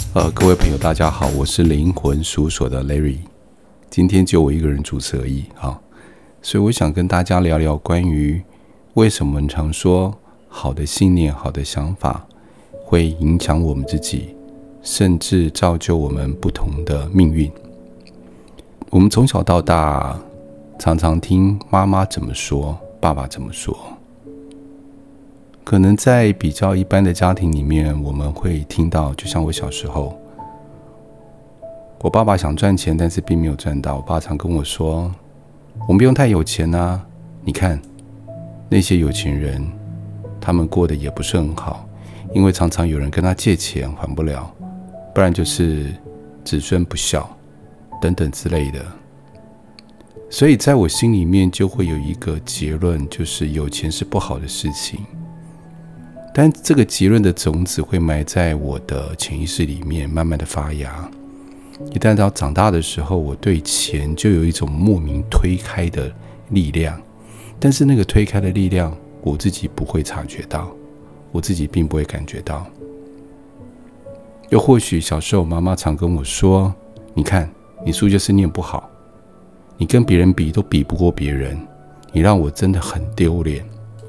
各位朋友大家好，我是灵魂事务所的 Larry， 今天就我一个人主持而已所以我想跟大家聊聊关于为什么我们常说好的信念、好的想法会影响我们自己，甚至造就我们不同的命运。我们从小到大常常听妈妈怎么说，爸爸怎么说，可能在比较一般的家庭里面，我们会听到，就像我小时候，我爸爸想赚钱，但是并没有赚到。我爸常跟我说，我们不用太有钱啊，你看那些有钱人，他们过得也不是很好，因为常常有人跟他借钱还不了，不然就是子孙不孝等等之类的。所以在我心里面就会有一个结论，就是有钱是不好的事情。但这个结论的种子会埋在我的潜意识里面，慢慢的发芽。一旦到长大的时候，我对钱就有一种莫名推开的力量，但是那个推开的力量，我自己不会察觉到，我自己并不会感觉到。又或许小时候妈妈常跟我说，你看你书就是念不好，你跟别人比都比不过别人，你让我真的很丢脸。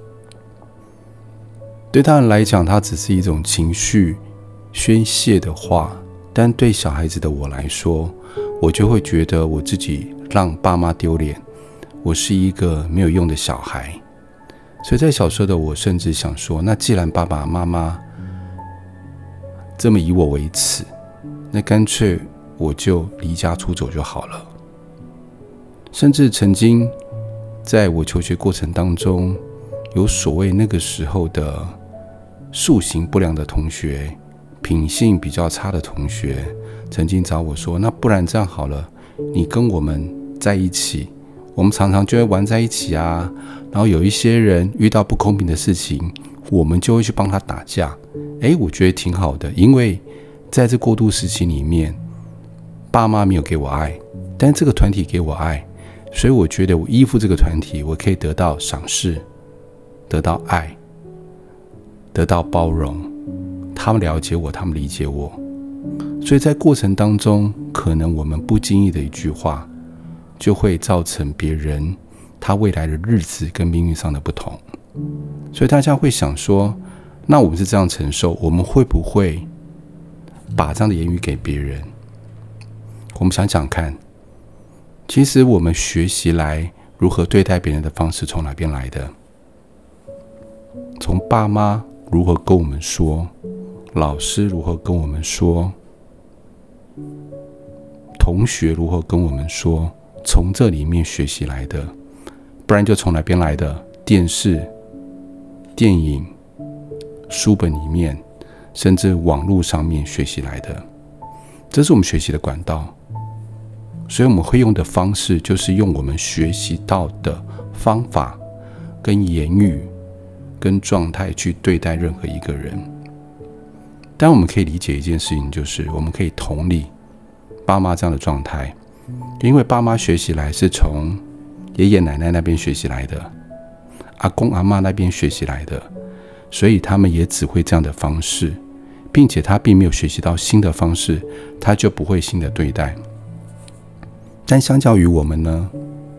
对他人来讲，它只是一种情绪宣泄的话，但对小孩子的我来说，我就会觉得我自己让爸妈丢脸，我是一个没有用的小孩。所以在小时候的我甚至想说，那既然爸爸妈妈这么以我为耻，那干脆我就离家出走就好了。甚至曾经在我求学过程当中，有所谓那个时候的素行不良的同学，品性比较差的同学，曾经找我说，那不然这样好了，你跟我们在一起，我们常常就会玩在一起啊，然后有一些人遇到不公平的事情，我们就会去帮他打架。我觉得挺好的，因为在这过渡时期里面，爸妈没有给我爱，但这个团体给我爱，所以我觉得我依附这个团体，我可以得到赏识，得到爱，得到包容，他们了解我，他们理解我。所以在过程当中，可能我们不经意的一句话，就会造成别人他未来的日子跟命运上的不同。所以大家会想说，那我们是这样承受，我们会不会把这样的言语给别人？我们想想看，其实我们学习来如何对待别人的方式从哪边来的？从爸妈如何跟我们说，老师如何跟我们说，同学如何跟我们说，从这里面学习来的。不然就从哪边来的？电视、电影、书本里面，甚至网络上面学习来的。这是我们学习的管道。所以我们会用的方式，就是用我们学习到的方法跟言语跟状态去对待任何一个人。但我们可以理解一件事情，就是我们可以同理爸妈这样的状态，因为爸妈学习来是从爷爷奶奶那边学习来的，阿公阿嬷那边学习来的，所以他们也只会这样的方式，并且他并没有学习到新的方式，他就不会新的对待。但相较于我们呢，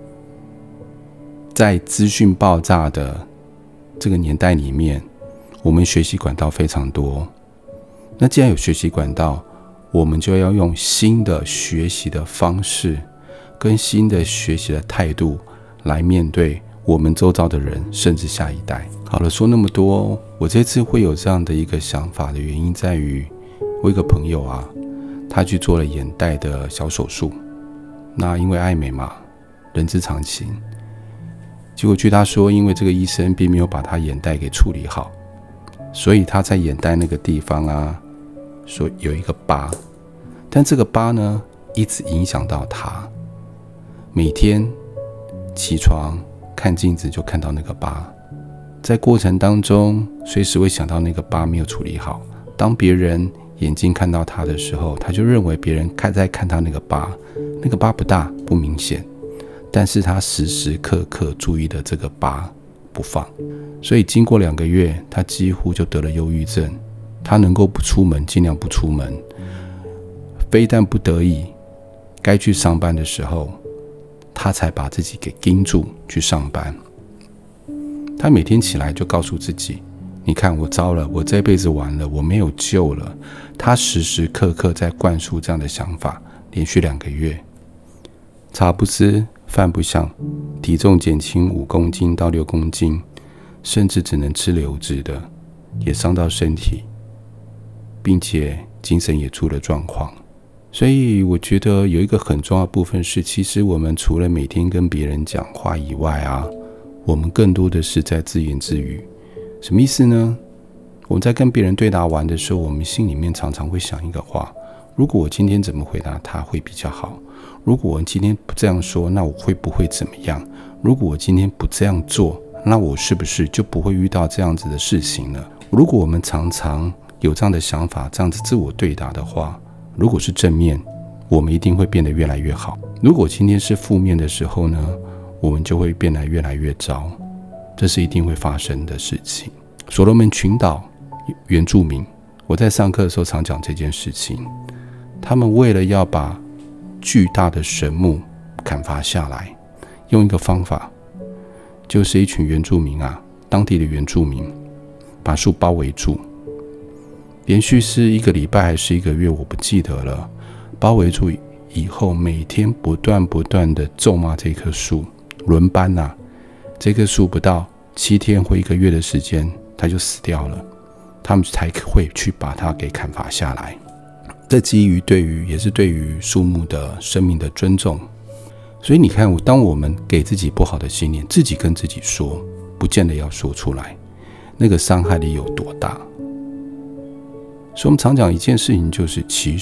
在资讯爆炸的这个年代里面，我们学习管道非常多。那既然有学习管道，我们就要用新的学习的方式跟新的学习的态度来面对我们周遭的人，甚至下一代。好了，说那么多，我这次会有这样的一个想法的原因在于，我有一个朋友啊，他去做了眼袋的小手术。那因为爱美嘛，人之常情，结果据他说，因为这个医生并没有把他眼袋给处理好，所以他在眼袋那个地方啊，说有一个疤，但这个疤呢，一直影响到他，每天起床看镜子就看到那个疤，在过程当中随时会想到那个疤没有处理好。当别人眼睛看到他的时候，他就认为别人在看他那个疤，那个疤不大不明显，但是他时时刻刻注意的这个疤不放。所以经过2个月，他几乎就得了忧郁症。他能够不出门尽量不出门， 非但不得已该去上班的时候，他才把自己给盯住去上班。他每天起来就告诉自己，你看我糟了，我这辈子完了，我没有救了。他时时刻刻在灌输这样的想法，连续2个月，茶不思饭不想，体重减轻5公斤到6公斤，甚至只能吃流质的，也伤到身体，并且精神也出了状况。所以我觉得有一个很重要的部分是，其实我们除了每天跟别人讲话以外啊，我们更多的是在自言自语。什么意思呢？我们在跟别人对答完的时候，我们心里面常常会想一个话，如果我今天怎么回答他会比较好，如果我今天不这样说，那我会不会怎么样？如果我今天不这样做，那我是不是就不会遇到这样子的事情了？如果我们常常有这样的想法，这样子自我对答的话，如果是正面，我们一定会变得越来越好。如果今天是负面的时候呢，我们就会变得越来越糟，这是一定会发生的事情。所罗门群岛原住民，我在上课的时候常讲这件事情，他们为了要把巨大的神木砍伐下来，用一个方法，就是一群原住民啊，当地的原住民把树包围住，连续是1个礼拜还是1个月，我不记得了。包围住以后，每天不断的咒骂这棵树，轮班啊，这棵树不到7天或1个月的时间，它就死掉了，他们才会去把它给砍伐下来。这基于也是对于树木的生命的尊重。所以你看，当我们给自己不好的信念，自己跟自己说，不见得要说出来，那个伤害力有多大。所以我们常讲一件事情，就是其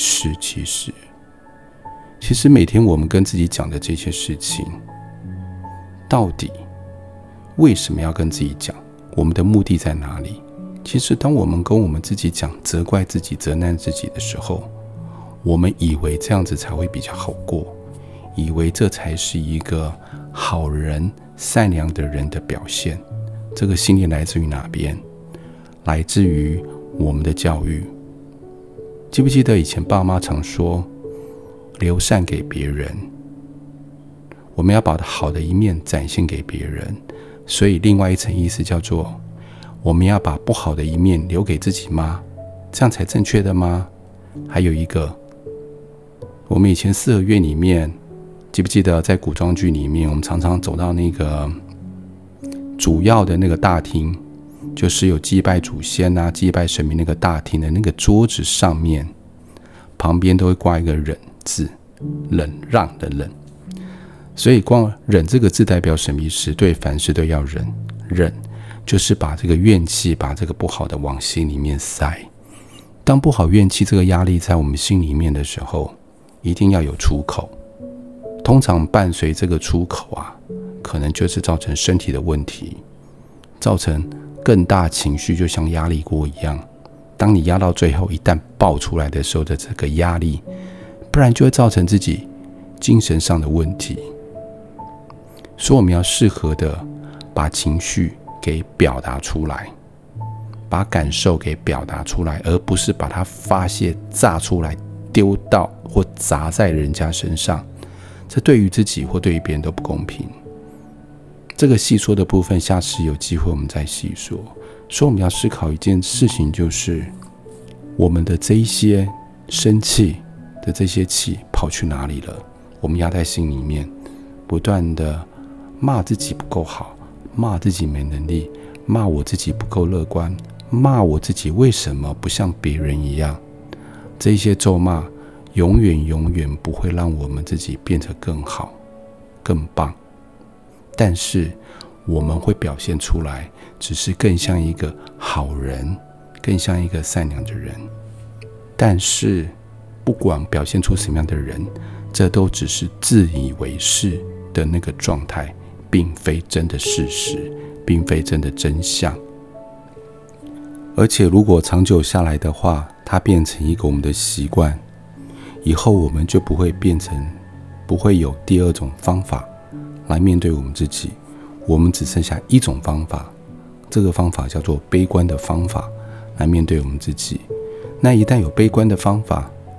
实每天我们跟自己讲的这些事情，到底为什么要跟自己讲？我们的目的在哪里？其实当我们跟我们自己讲，责怪自己、责难自己的时候，我们以为这样子才会比较好过，以为这才是一个好人、善良的人的表现。这个信念来自于哪边？来自于我们的教育。记不记得以前爸妈常说，留善给别人，我们要把好的一面展现给别人。所以另外一层意思叫做，我们要把不好的一面留给自己吗？这样才正确的吗？还有一个，我们以前4合院里面，记不记得在古装剧里面，我们常常走到那个主要的那个大厅，就是有祭拜祖先啊、祭拜神明那个大厅的那个桌子上面，旁边都会挂一个忍字，忍让的忍。所以光忍这个字代表什么意思？对凡事都要忍，忍就是把这个怨气，把这个不好的往心里面塞。当不好怨气这个压力在我们心里面的时候，一定要有出口。通常伴随这个出口啊，可能就是造成身体的问题，造成更大情绪，就像压力锅一样。当你压到最后，一旦爆出来的时候的这个压力，不然就会造成自己精神上的问题。所以我们要适合的把情绪给表达出来，把感受给表达出来，而不是把它发泄炸出来，丢到或砸在人家身上。这对于自己或对于别人都不公平。这个细说的部分，下次有机会我们再细说。所以我们要思考一件事情，就是我们的这一些生气的这些气跑去哪里了？我们压在心里面，不断的骂自己不够好，骂自己没能力，骂我自己不够乐观，骂我自己为什么不像别人一样。这些咒骂永远不会让我们自己变得更好更棒，但是我们会表现出来，只是更像一个好人，更像一个善良的人。但是不管表现出什么样的人，这都只是自以为是的那个状态，并非真的事实，并非真的真相。而且如果长久下来的话，它变成一个我们的习惯，以后我们就不会有第二种方法来面对我们自己，我们只剩下一种方法，这个方法叫做悲观的方法来面对我们自己。那一旦有悲观的方法，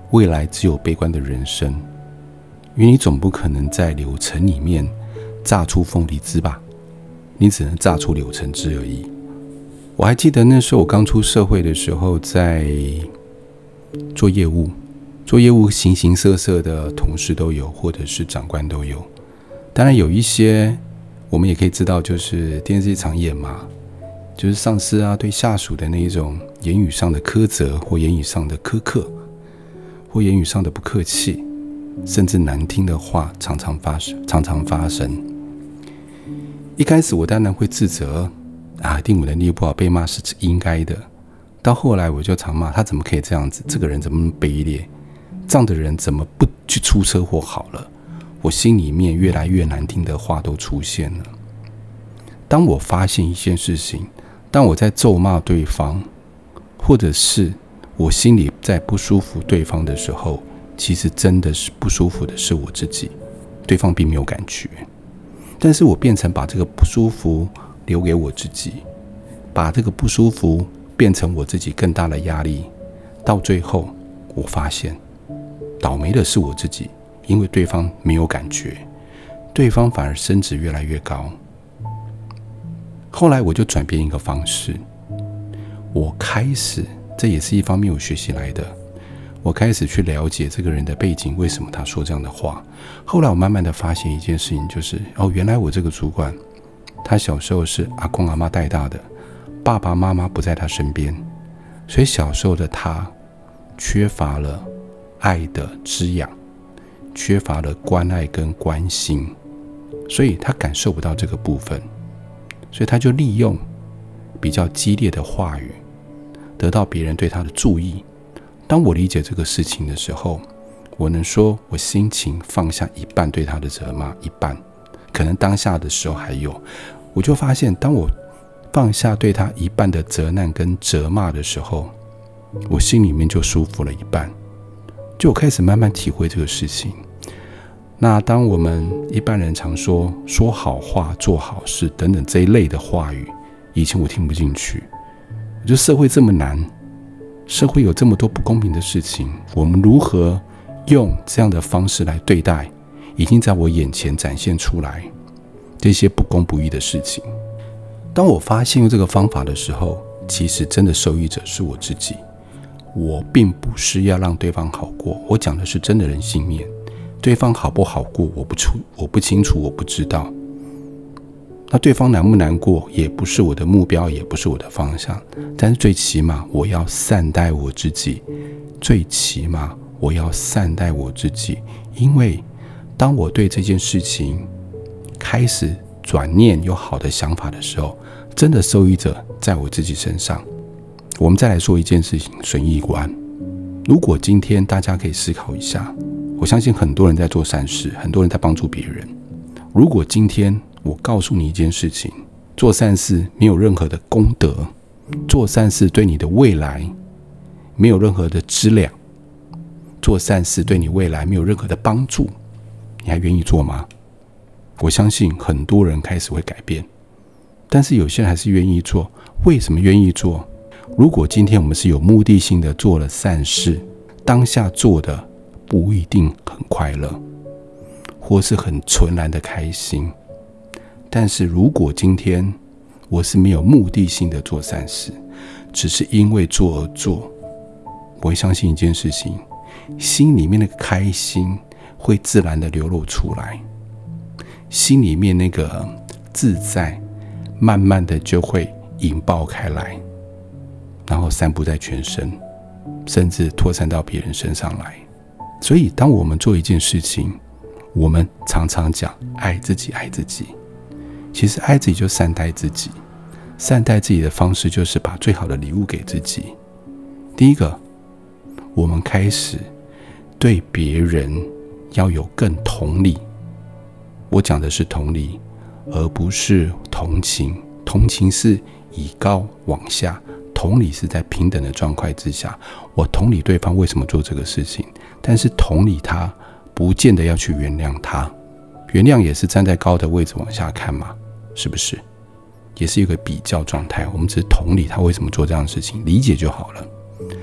未来只有悲观的人生，因为你总不可能在柳橙里面榨出凤梨汁吧，你只能榨出柳橙汁而已。我还记得那时候我刚出社会的时候，在做业务形形色色的同事都有，或者是长官都有。当然有一些我们也可以知道，就是电视剧常演嘛，就是上司啊对下属的那一种言语上的苛责，或言语上的苛刻，或言语上的不客气，甚至难听的话常常发生。一开始我当然会自责一定我能力不好，被骂是应该的。到后来我就常骂他怎么可以这样子，这个人怎么那么卑劣，这样的人怎么不去出车祸好了。我心里面越来越难听的话都出现了。当我发现一件事情，当我在咒骂对方，或者是我心里在不舒服对方的时候，其实真的是不舒服的是我自己，对方并没有感觉。但是我变成把这个不舒服留给我自己，把这个不舒服变成我自己更大的压力，到最后我发现倒霉的是我自己，因为对方没有感觉，对方反而升职越来越高。后来我就转变一个方式，我开始，这也是一方面我学习来的，我开始去了解这个人的背景，为什么他说这样的话。后来我慢慢的发现一件事情，就是原来我这个主管他小时候是阿公阿嬷带大的，爸爸妈妈不在他身边，所以小时候的他缺乏了爱的滋养，缺乏了关爱跟关心，所以他感受不到这个部分，所以他就利用比较激烈的话语得到别人对他的注意。当我理解这个事情的时候，我能说我心情放下一半对他的责骂，一半可能当下的时候还有，我就发现当我放下对他一半的责难跟责骂的时候，我心里面就舒服了一半，就开始慢慢体会这个事情。那当我们一般人常说好话做好事等等这一类的话语，以前我听不进去，我觉得社会这么难，社会有这么多不公平的事情，我们如何用这样的方式来对待已经在我眼前展现出来这些不公不义的事情。当我发现用这个方法的时候，其实真的受益者是我自己。我并不是要让对方好过，我讲的是真的人性面。对方好不好过我不清楚，我不知道。那对方难不难过也不是我的目标，也不是我的方向。但是最起码我要善待我自己，因为当我对这件事情开始转念有好的想法的时候，真的受益者在我自己身上。我们再来说一件事情，损益观。如果今天大家可以思考一下，我相信很多人在做善事，很多人在帮助别人。如果今天我告诉你一件事情，做善事没有任何的功德，做善事对你的未来没有任何的资粮，做善事对你未来没有任何的帮助，你还愿意做吗？我相信很多人开始会改变，但是有些人还是愿意做。为什么愿意做？如果今天我们是有目的性的做了善事，当下做的不一定很快乐，或是很纯然的开心。但是如果今天我是没有目的性的做善事，只是因为做而做，我会相信一件事情，心里面那个开心会自然的流露出来，心里面那个自在慢慢的就会引爆开来，然后散布在全身，甚至扩散到别人身上来。所以当我们做一件事情，我们常常讲爱自己，其实爱自己就善待自己。善待自己的方式就是把最好的礼物给自己。第一个，我们开始对别人要有更同理。我讲的是同理，而不是同情。同情是以高往下，同理是在平等的状态之下。我同理对方为什么做这个事情，但是同理他不见得要去原谅他，原谅也是站在高的位置往下看嘛，是不是？也是一个比较状态，我们只是同理他为什么做这样的事情，理解就好了。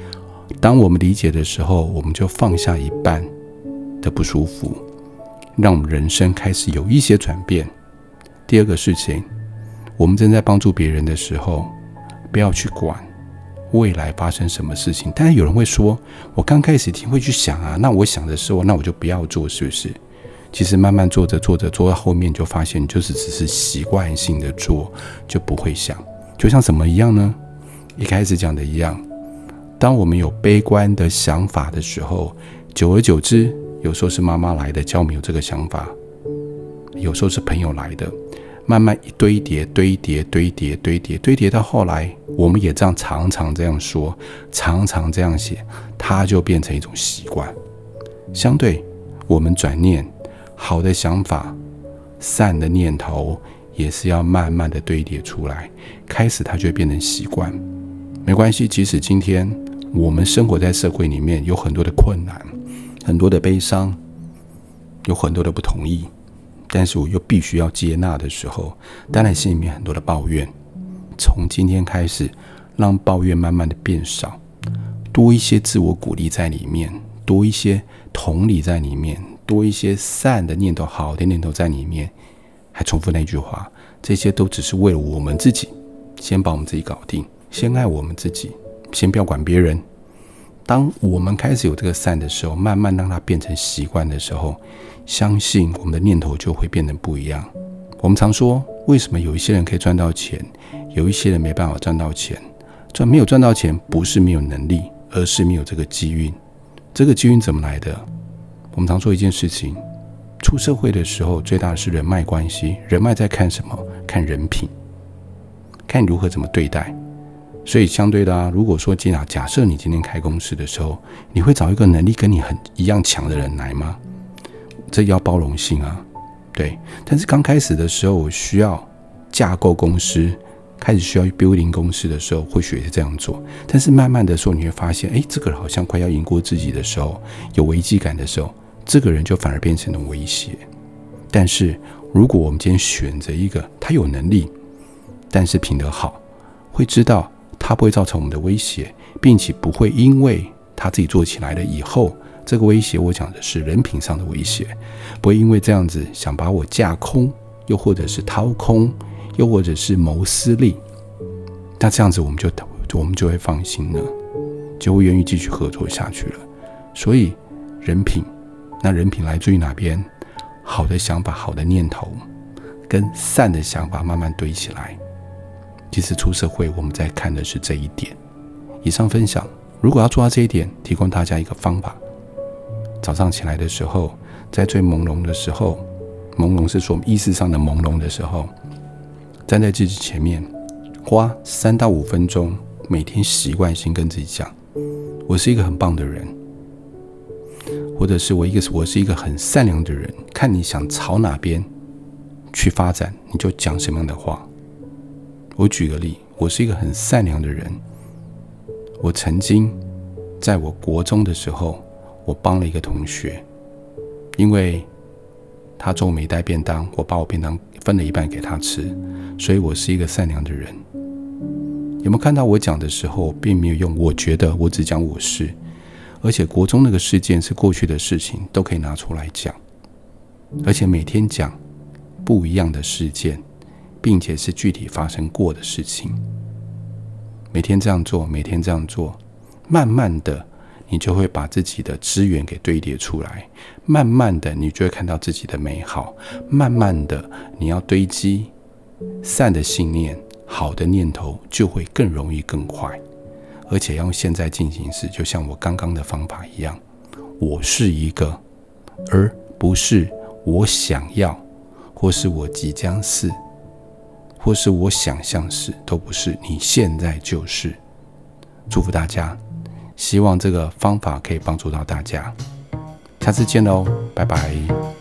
当我们理解的时候，我们就放下一半的不舒服，让我们人生开始有一些转变。第二个事情，我们正在帮助别人的时候，不要去管未来发生什么事情。但是有人会说，我刚开始听会去想啊，那我想的时候，那我就不要做，是不是？其实慢慢做着做着，做到后面就发现，就是只是习惯性的做，就不会想。就像什么一样呢？一开始讲的一样，当我们有悲观的想法的时候，久而久之，有时候是妈妈来的教我们有这个想法，有时候是朋友来的，慢慢一堆叠到后来，我们也这样常常这样说，常常这样写，它就变成一种习惯。相对我们转念，好的想法、善的念头也是要慢慢的堆叠出来，开始它就会变成习惯。没关系，即使今天我们生活在社会里面，有很多的困难，很多的悲伤，有很多的不同意，但是我又必须要接纳的时候，当然心里面很多的抱怨。从今天开始，让抱怨慢慢的变少，多一些自我鼓励在里面，多一些同理在里面，多一些善的念头、好的念头在里面。还重复那句话，这些都只是为了我们自己，先把我们自己搞定，先爱我们自己，先不要管别人。当我们开始有这个善的时候，慢慢让它变成习惯的时候，相信我们的念头就会变得不一样。我们常说，为什么有一些人可以赚到钱，有一些人没办法赚到钱？没有赚到钱，不是没有能力，而是没有这个机运。这个机运怎么来的？我们常说一件事情，出社会的时候，最大的是人脉关系。人脉在看什么？看人品，看你如何怎么对待。所以相对的如果说假设你今天开公司的时候，你会找一个能力跟你一样强的人来吗？这要包容性啊，对。但是刚开始的时候，我需要架构公司，开始需要 building 公司的时候，或许也是这样做。但是慢慢的时候，你会发现，这个好像快要赢过自己的时候，有危机感的时候，这个人就反而变成了威胁。但是如果我们今天选择一个他有能力，但是品德好，会知道他不会造成我们的威胁，并且不会因为他自己做起来了以后，这个威胁我讲的是人品上的威胁，不会因为这样子想把我架空，又或者是掏空，又或者是谋私利，那这样子我们就会放心了，就会愿意继续合作下去了。所以人品，那人品来自于哪边？好的想法、好的念头跟善的想法慢慢堆起来。其实出社会我们在看的是这一点。以上分享，如果要做到这一点，提供大家一个方法。早上起来的时候，在最朦胧的时候，朦胧是说我们意识上的朦胧的时候，站在自己前面，花3到5分钟，每天习惯性跟自己讲，我是一个很棒的人，或者是我是一个很善良的人，看你想朝哪边去发展，你就讲什么样的话。我举个例，我是一个很善良的人，我曾经在我国中的时候，我帮了一个同学，因为他中午没带便当，我把我便当分了一半给他吃，所以我是一个善良的人。有没有看到我讲的时候并没有用我觉得，我只讲我是，而且国中那个事件是过去的事情，都可以拿出来讲，而且每天讲不一样的事件，并且是具体发生过的事情。每天这样做，每天这样做，慢慢的你就会把自己的资源给堆叠出来，慢慢的你就会看到自己的美好，慢慢的你要堆积善的信念，好的念头就会更容易更快。而且要用现在进行时，就像我刚刚的方法一样，我是一个，而不是我想要，或是我即将是，或是我想象是，都不是，你现在就是。祝福大家，希望这个方法可以帮助到大家。下次见喽，拜拜。